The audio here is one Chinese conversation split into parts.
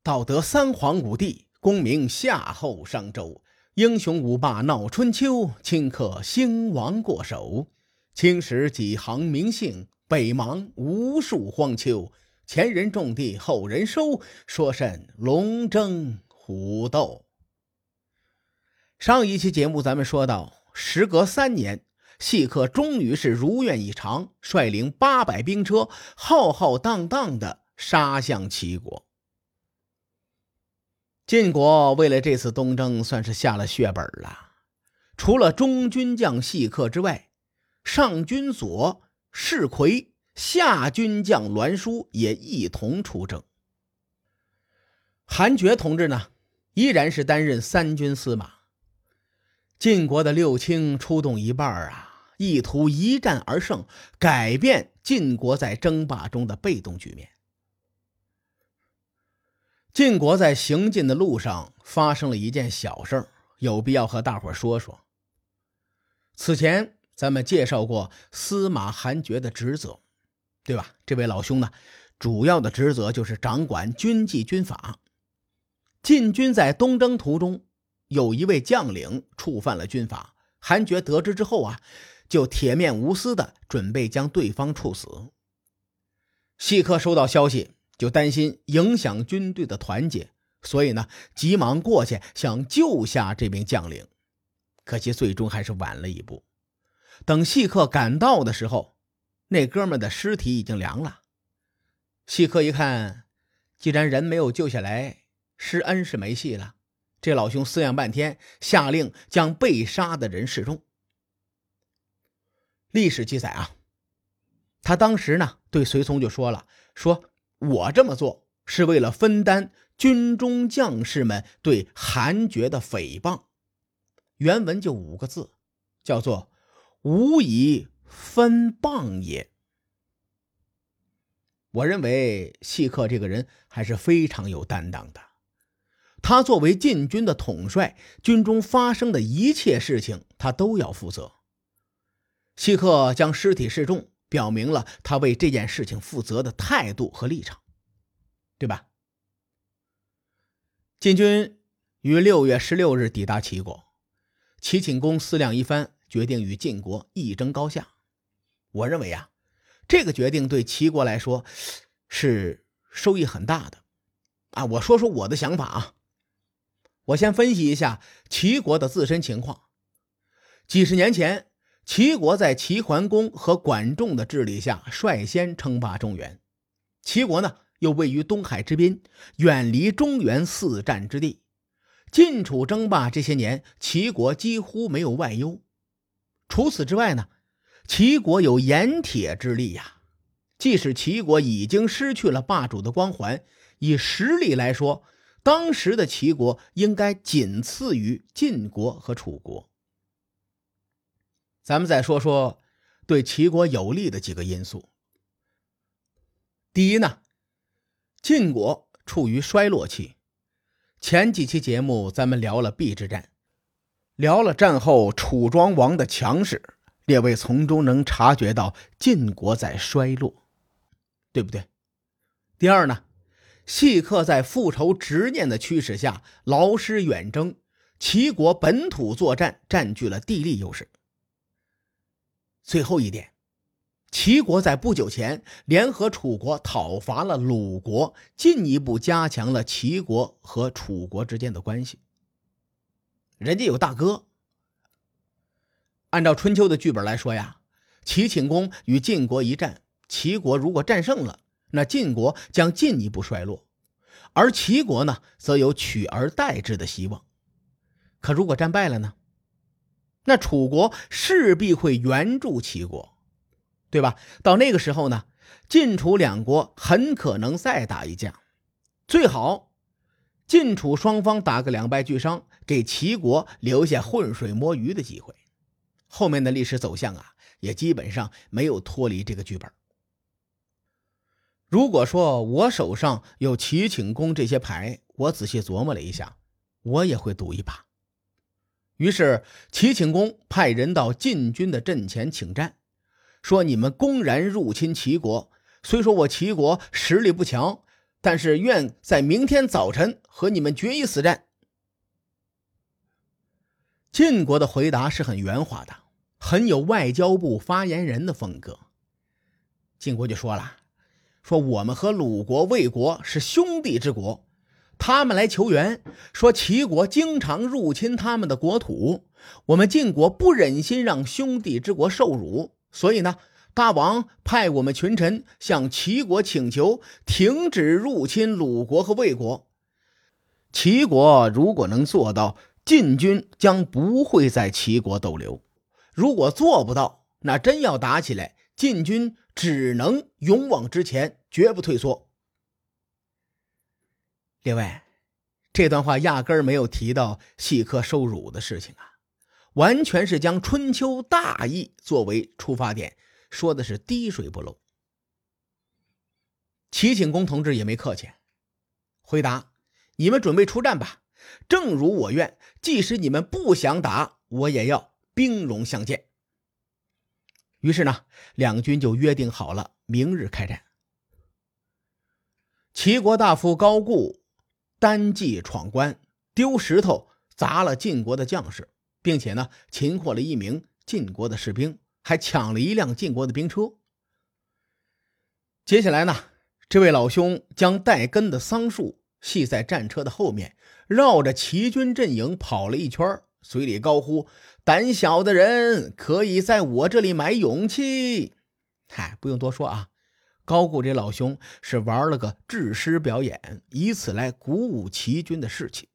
道得三皇五帝，功名夏后商周。英雄五霸闹春秋，顷刻兴亡过手。青史几行名姓，北邙无数荒丘。前人种地，后人收，说甚龙争虎斗。上一期节目咱们说到，时隔3年，细客终于是如愿以偿，率领800兵车，浩浩荡荡的杀向齐国。晋国为了这次东征算是下了血本了，除了中军将细客之外，上军佐、士魁、下军将栾书也一同出征。韩厥同志呢，依然是担任3军司马。晋国的六卿出动一半啊，意图一战而胜，改变晋国在争霸中的被动局面。晋国在行进的路上发生了一件小事儿，有必要和大伙说说。此前咱们介绍过司马韩厥的职责，对吧？这位老兄呢，主要的职责就是掌管军纪军法。晋军在东征途中，有一位将领触犯了军法，韩厥得知之后啊，就铁面无私的准备将对方处死。细客收到消息，就担心影响军队的团结，所以呢，急忙过去想救下这名将领。可惜最终还是晚了一步。等细客赶到的时候，那哥们的尸体已经凉了。细客一看，既然人没有救下来，施恩是没戏了。这老兄思量半天，下令将被杀的人示众。历史记载啊，他当时呢对随从就说了，说我这么做是为了分担军中将士们对韩厥的诽谤。原文就5个字，叫做无以分谤也。我认为细客这个人还是非常有担当的。他作为晋军的统帅，军中发生的一切事情他都要负责。细客将尸体示众，表明了他为这件事情负责的态度和立场，对吧？晋军于6月16日抵达齐国，齐顷公思量一番，决定与晋国一争高下。我认为啊，这个决定对齐国来说是收益很大的啊。我说说我的想法啊。我先分析一下齐国的自身情况。几十年前，齐国在齐桓公和管仲的治理下率先称霸中原。齐国呢，又位于东海之滨，远离中原4战之地。晋楚争霸这些年，齐国几乎没有外忧。除此之外呢，齐国有盐铁之力呀。即使齐国已经失去了霸主的光环，以实力来说，当时的齐国应该仅次于晋国和楚国。咱们再说说对齐国有利的几个因素。第一呢，晋国处于衰落期。前几期节目咱们聊了邲之战，聊了战后楚庄王的强势，列位从中能察觉到晋国在衰落，对不对？第二呢，细客在复仇执念的驱使下劳师远征，齐国本土作战占据了地利优势。最后一点，齐国在不久前联合楚国讨伐了鲁国，进一步加强了齐国和楚国之间的关系。人家有大哥。按照春秋的剧本来说呀，齐顷公与晋国一战，齐国如果战胜了，那晋国将进一步衰落，而齐国呢，则有取而代之的希望。可如果战败了呢，那楚国势必会援助齐国，对吧？到那个时候呢，晋楚两国很可能再打一架，最好晋楚双方打个两败俱伤，给齐国留下浑水摸鱼的机会。后面的历史走向啊，也基本上没有脱离这个剧本。如果说我手上有齐顷公这些牌，我仔细琢磨了一下，我也会赌一把。于是齐顷公派人到晋军的阵前请战，说你们公然入侵齐国，虽说我齐国实力不强， 但是愿在明天早晨和你们决一死战。晋国的回答是很圆滑的，很有外交部发言人的风格。晋国就说了，说我们和鲁国、魏国是兄弟之国，他们来求援，说齐国经常入侵他们的国土，我们晋国不忍心让兄弟之国受辱，所以呢，大王派我们群臣向齐国请求停止入侵鲁国和魏国。齐国如果能做到，晋军将不会在齐国逗留；如果做不到，那真要打起来，晋军只能勇往直前，绝不退缩。另外，这段话压根儿没有提到细客受辱的事情啊，完全是将春秋大义作为出发点，说的是滴水不漏。齐景公同志也没客气，回答：你们准备出战吧，正如我愿，即使你们不想打，我也要兵戎相见。于是呢，两军就约定好了明日开战。齐国大夫高固单骑闯关，丢石头砸了晋国的将士，并且呢，擒获了一名晋国的士兵，还抢了一辆晋国的兵车。接下来呢，这位老兄将带根的桑树系在战车的后面，绕着齐军阵营跑了一圈，嘴里高呼：胆小的人可以在我这里买勇气。不用多说啊，高固这老兄是玩了个制诗表演，以此来鼓舞齐军的士气。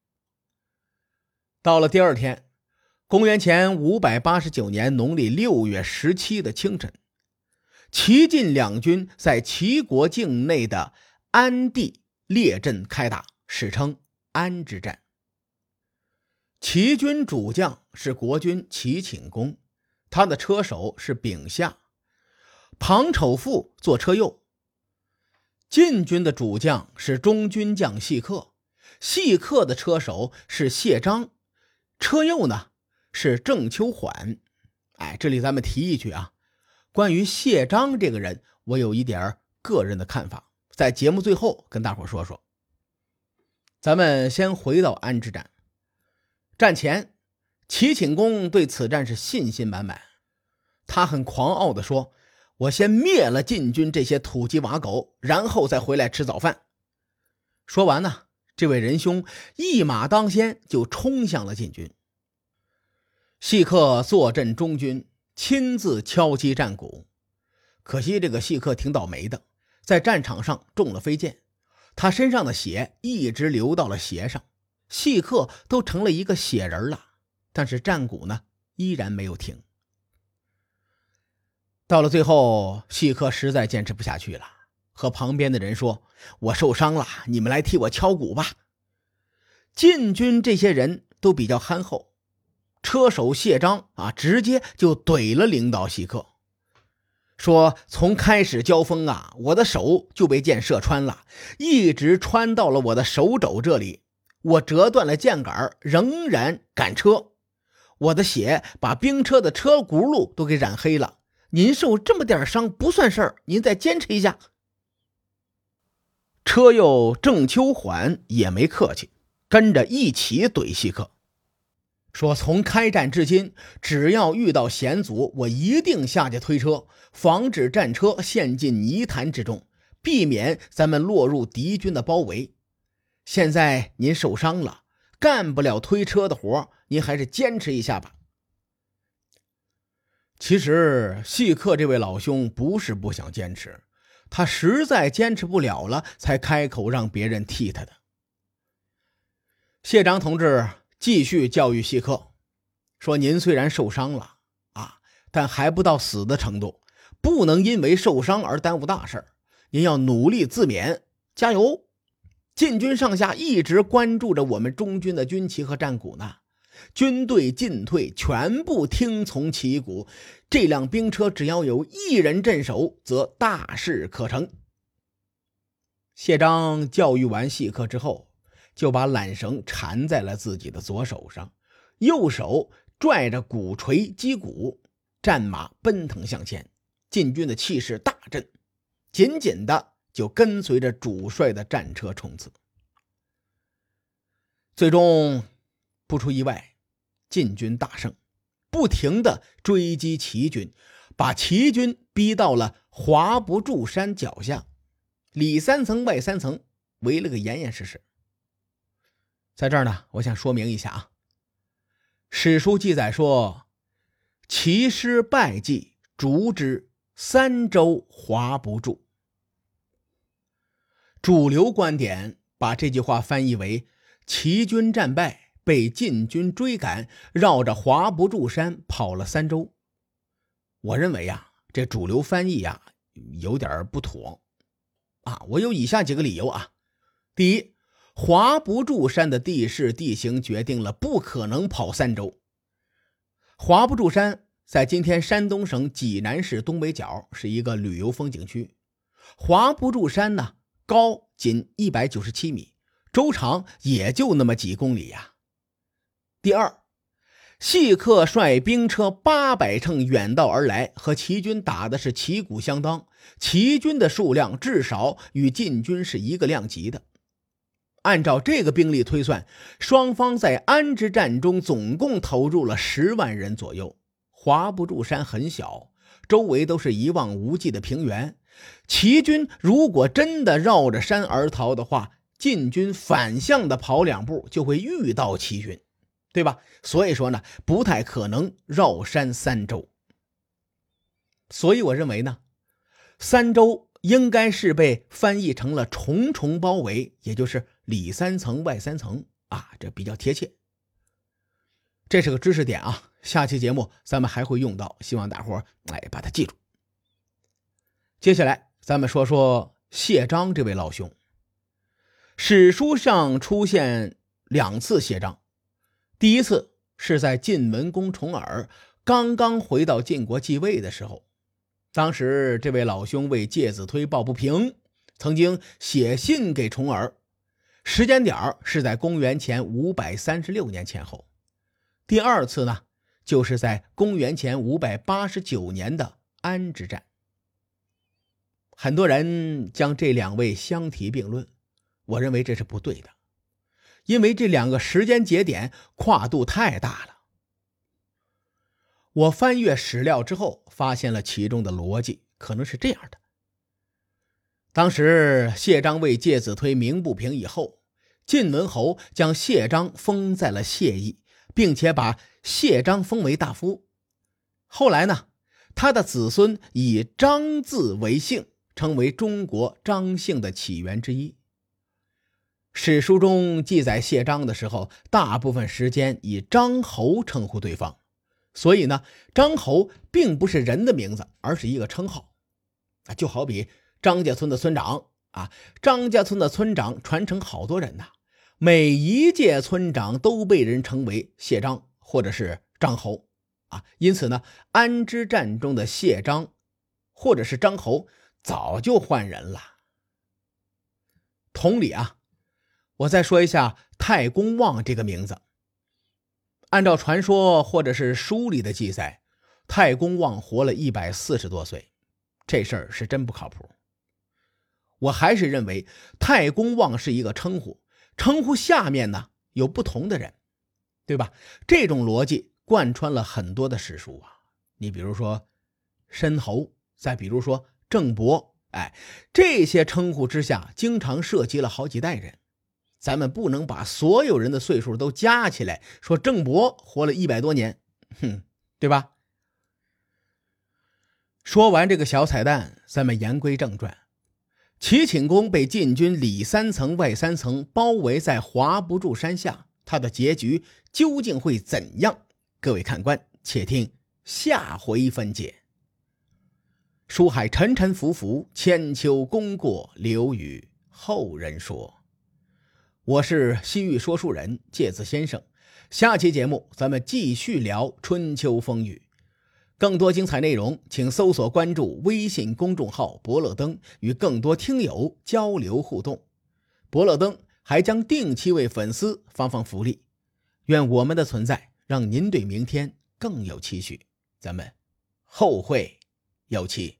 到了第二天，公元前589年农历6月17的清晨，齐晋两军在齐国境内的安地列阵开打，史称安之战。齐军主将是国君齐顷公，他的车手是秉夏，庞丑父做车右。晋军的主将是中军将细客，细客的车手是谢章，车右呢是郑秋缓。这里咱们提一句啊，关于谢章这个人，我有一点个人的看法，在节目最后跟大伙说说。咱们先回到安之战。战前，齐顷公对此战是信心满满，他很狂傲地说：我先灭了晋军这些土鸡瓦狗，然后再回来吃早饭。说完呢，这位仁兄一马当先就冲向了晋军。细客坐镇中军，亲自敲击战鼓。可惜这个细客挺倒霉的，在战场上中了飞箭，他身上的血一直流到了鞋上，细客都成了一个血人了，但是战鼓呢依然没有停。到了最后，细客实在坚持不下去了，和旁边的人说：我受伤了，你们来替我敲鼓吧。晋军这些人都比较憨厚，车手谢章直接就怼了领导细客，说从开始交锋我的手就被箭射穿了，一直穿到了我的手肘这里，我折断了箭杆，仍然赶车，我的血把兵车的车轱辘都给染黑了，您受这么点伤不算事儿，您再坚持一下。车右郑秋缓也没客气，跟着一起怼细客，说从开战至今，只要遇到险阻，我一定下去推车，防止战车陷进泥潭之中，避免咱们落入敌军的包围。现在您受伤了，干不了推车的活，您还是坚持一下吧。其实细客这位老兄不是不想坚持，他实在坚持不了了，才开口让别人替他的。谢章同志继续教育细客，说您虽然受伤了但还不到死的程度，不能因为受伤而耽误大事，您要努力自勉，加油。晋军上下一直关注着我们中军的军旗和战鼓呢，军队进退全部听从旗鼓，这辆兵车只要有一人镇守，则大事可成。谢章教育完细客之后，就把缆绳缠在了自己的左手上，右手拽着鼓槌击鼓，战马奔腾向前，晋军的气势大振，紧紧的就跟随着主帅的战车冲刺。最终不出意外，晋军大胜，不停地追击齐军，把齐军逼到了华不注山脚下，里三层外三层，围了个严严实实。在这儿呢，我想说明一下啊，史书记载说，齐师败绩，逐之3州华不注。主流观点把这句话翻译为齐军战败，被晋军追赶，绕着华不注山跑了3州。我认为呀，这主流翻译呀有点不妥啊。我有以下几个理由啊。第一，华不注山的地势地形决定了不可能跑3州。华不注山在今天山东省济南市东北角，是一个旅游风景区。华不注山呢，高仅197米，周长也就那么几公里呀。第二，细客率兵车800乘远道而来，和齐军打的是旗鼓相当，齐军的数量至少与晋军是一个量级的。按照这个兵力推算，双方在安之战中总共投入了10万人左右。华不注山很小，周围都是一望无际的平原，齐军如果真的绕着山而逃的话，晋军反向的跑2步就会遇到齐军，对吧？所以说呢，不太可能绕山3州。所以我认为呢，3州应该是被翻译成了重重包围，也就是里3层外3层啊，这比较贴切。这是个知识点啊，下期节目咱们还会用到，希望大伙把它记住。接下来咱们说说谢章这位老兄。史书上出现2次谢章，第一次是在晋文公重耳刚刚回到晋国继位的时候，当时这位老兄为介子推抱不平，曾经写信给重耳，时间点是在公元前536年前后。第二次呢，就是在公元前589年的安之战。很多人将这2位相提并论，我认为这是不对的，因为这2个时间节点跨度太大了。我翻阅史料之后，发现了其中的逻辑，可能是这样的。当时谢章为介子推鸣不平以后，晋文侯将谢章封在了谢邑，并且把谢章封为大夫。后来呢，他的子孙以张字为姓，成为中国张姓的起源之一。史书中记载谢章的时候，大部分时间以张侯称呼对方，所以呢，张侯并不是人的名字，而是一个称号。就好比张家村的村长啊，张家村的村长传承好多人呐，每一届村长都被人称为谢章或者是张侯啊。因此呢，安之战中的谢章或者是张侯早就换人了。同理啊，我再说一下太公望这个名字。按照传说或者是书里的记载，太公望活了140多岁，这事儿是真不靠谱。我还是认为太公望是一个称呼，称呼下面呢有不同的人，对吧？这种逻辑贯穿了很多的史书啊。你比如说申侯，再比如说郑伯，这些称呼之下经常涉及了好几代人。咱们不能把所有人的岁数都加起来，说郑伯活了100多年，对吧？说完这个小彩蛋，咱们言归正传。齐顷公被晋军里3层外3层包围在华不注山下，他的结局究竟会怎样？各位看官，且听下回分解。书海沉沉浮浮，千秋功过留与后人说。我是西域说书人介子先生，下期节目咱们继续聊春秋风雨。更多精彩内容请搜索关注微信公众号伯乐灯，与更多听友交流互动。伯乐灯还将定期为粉丝发放福利，愿我们的存在让您对明天更有期许。咱们后会有期。